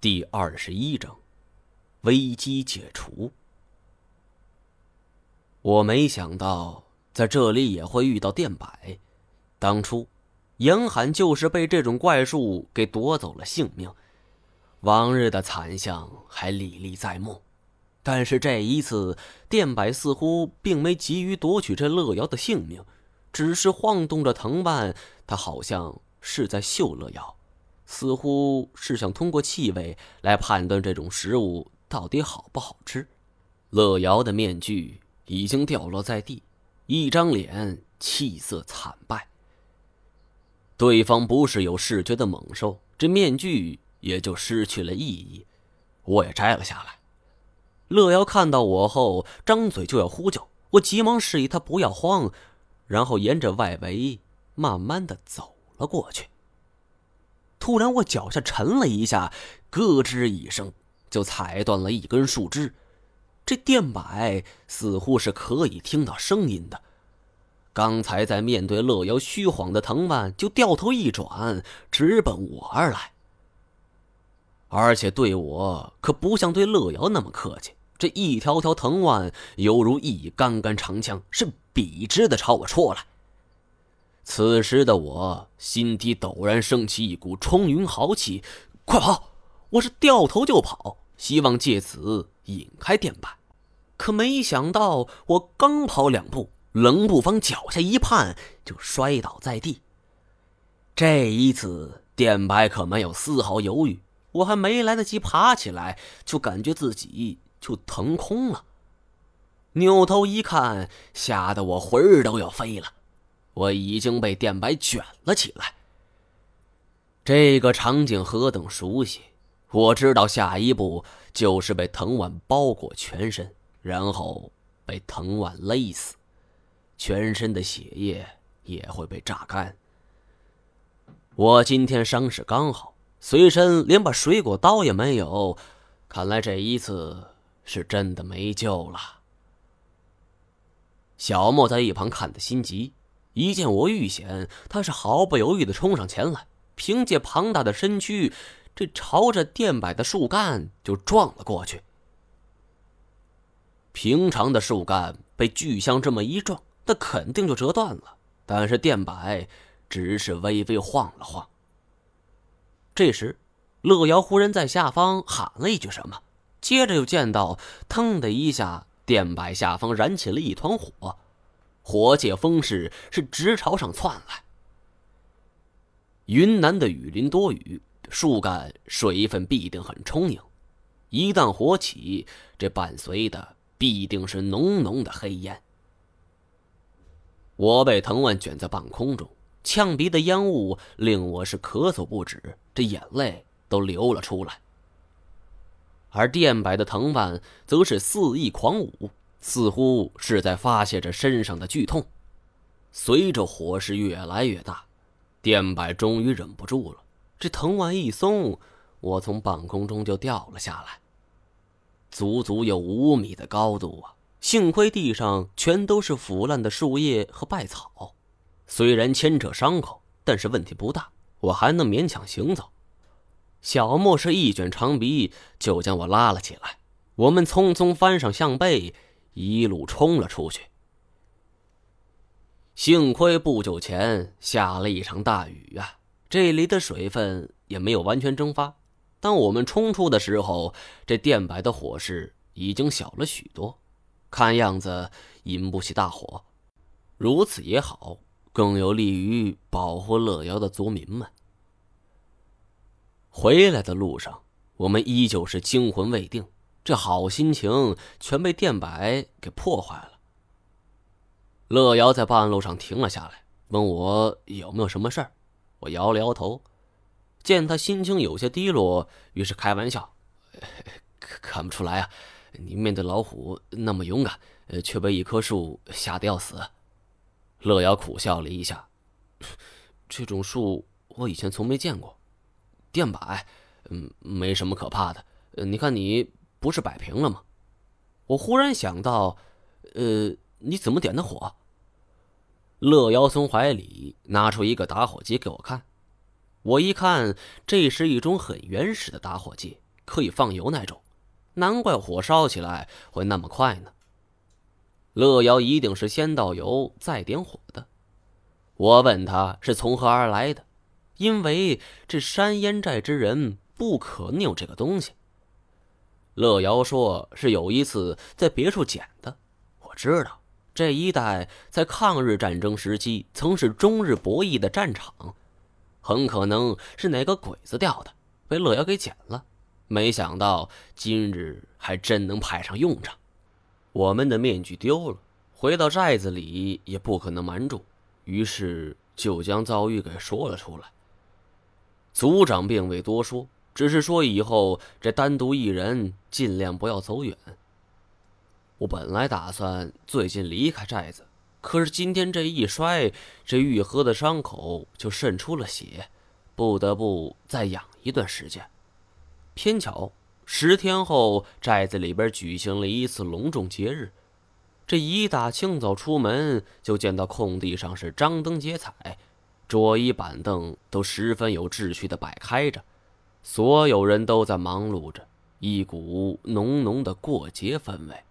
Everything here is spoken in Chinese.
第21章，危机解除。我没想到在这里也会遇到电摆。当初严寒就是被这种怪树给夺走了性命，往日的惨象还历历在目。但是这一次，电摆似乎并没急于夺取这乐瑶的性命，只是晃动着藤蔓，他好像是在嗅乐瑶，似乎是想通过气味来判断这种食物到底好不好吃。乐瑶的面具已经掉落在地，一张脸气色惨败。对方不是有视觉的猛兽，这面具也就失去了意义。我也摘了下来。乐瑶看到我后张嘴就要呼救，我急忙示意他不要慌，然后沿着外围慢慢的走了过去。突然我脚下沉了一下，咯吱一声就踩断了一根树枝。这电摆似乎是可以听到声音的，刚才在面对乐瑶虚晃的藤蔓，就掉头一转，直奔我而来。而且对我可不像对乐瑶那么客气，这一条条藤蔓犹如一杆杆长枪，是笔直的朝我戳来。此时的我心底陡然升起一股冲云豪气，快跑！我是掉头就跑，希望借此引开电摆。可没想到我刚跑2步，冷不防脚下一绊，就摔倒在地。这一次电摆可没有丝毫犹豫，我还没来得及爬起来，就感觉自己就腾空了。扭头一看，吓得我魂儿都要飞了，我已经被电摆卷了起来。这个场景何等熟悉，我知道下一步就是被藤蔓包裹全身，然后被藤蔓勒死，全身的血液也会被榨干。我今天伤势刚好，随身连把水果刀也没有，看来这一次是真的没救了。小莫在一旁看得心急，一见我遇险，他是毫不犹豫地冲上前来，凭借庞大的身躯，这朝着电摆的树干就撞了过去。平常的树干被巨象这么一撞，那肯定就折断了，但是电摆只是微微晃了晃。这时乐瑶忽然在下方喊了一句什么，接着又见到腾的一下，电摆下方燃起了一团火，火借风势是直朝上窜来。云南的雨林多雨，树干水分必定很充盈，一旦火起，这伴随的必定是浓浓的黑烟。我被藤蔓卷在半空中，呛鼻的烟雾令我是咳嗽不止，这眼泪都流了出来。而电摆的藤蔓则是肆意狂舞，似乎是在发泄着身上的剧痛。随着火势越来越大，电摆终于忍不住了，这藤蔓一松，我从半空中就掉了下来，足足有5米的高度啊！幸亏地上全都是腐烂的树叶和败草，虽然牵扯伤口，但是问题不大，我还能勉强行走。小莫是一卷长鼻就将我拉了起来，我们匆匆翻上象背，一路冲了出去。幸亏不久前下了一场大雨啊，这里的水分也没有完全蒸发。当我们冲出的时候，这电摆的火势已经小了许多，看样子引不起大火。如此也好，更有利于保护乐瑶的族民们。回来的路上，我们依旧是惊魂未定，这好心情全被电摆给破坏了。乐瑶在半路上停了下来，问我有没有什么事儿。我摇了摇头，见他心情有些低落，于是开玩笑：看不出来啊，你面对老虎那么勇敢，却被一棵树吓得要死。乐瑶苦笑了一下：这种树我以前从没见过。电摆，没什么可怕的。你看你不是摆平了吗？我忽然想到，你怎么点的火？乐瑶从怀里拿出一个打火机给我看，我一看，这是一种很原始的打火机， 可以放油那种，难怪火烧起来会那么快呢。乐瑶一定是先倒油再点火的。我问他是从何而来的，因为这山烟寨之人不可能有这个东西。乐瑶说是有一次在别处捡的。我知道这一带在抗日战争时期曾是中日博弈的战场，很可能是哪个鬼子掉的，被乐瑶给捡了。没想到今日还真能派上用场。我们的面具丢了，回到寨子里也不可能瞒住，于是就将遭遇给说了出来。族长并未多说，只是说以后这单独一人尽量不要走远。我本来打算最近离开寨子，可是今天这一摔，这愈合的伤口就渗出了血，不得不再养一段时间。偏巧10天后，寨子里边举行了一次隆重节日。这一大清早出门，就见到空地上是张灯结彩，桌椅板凳都十分有秩序地摆开着，所有人都在忙碌着，一股浓浓的过节氛围。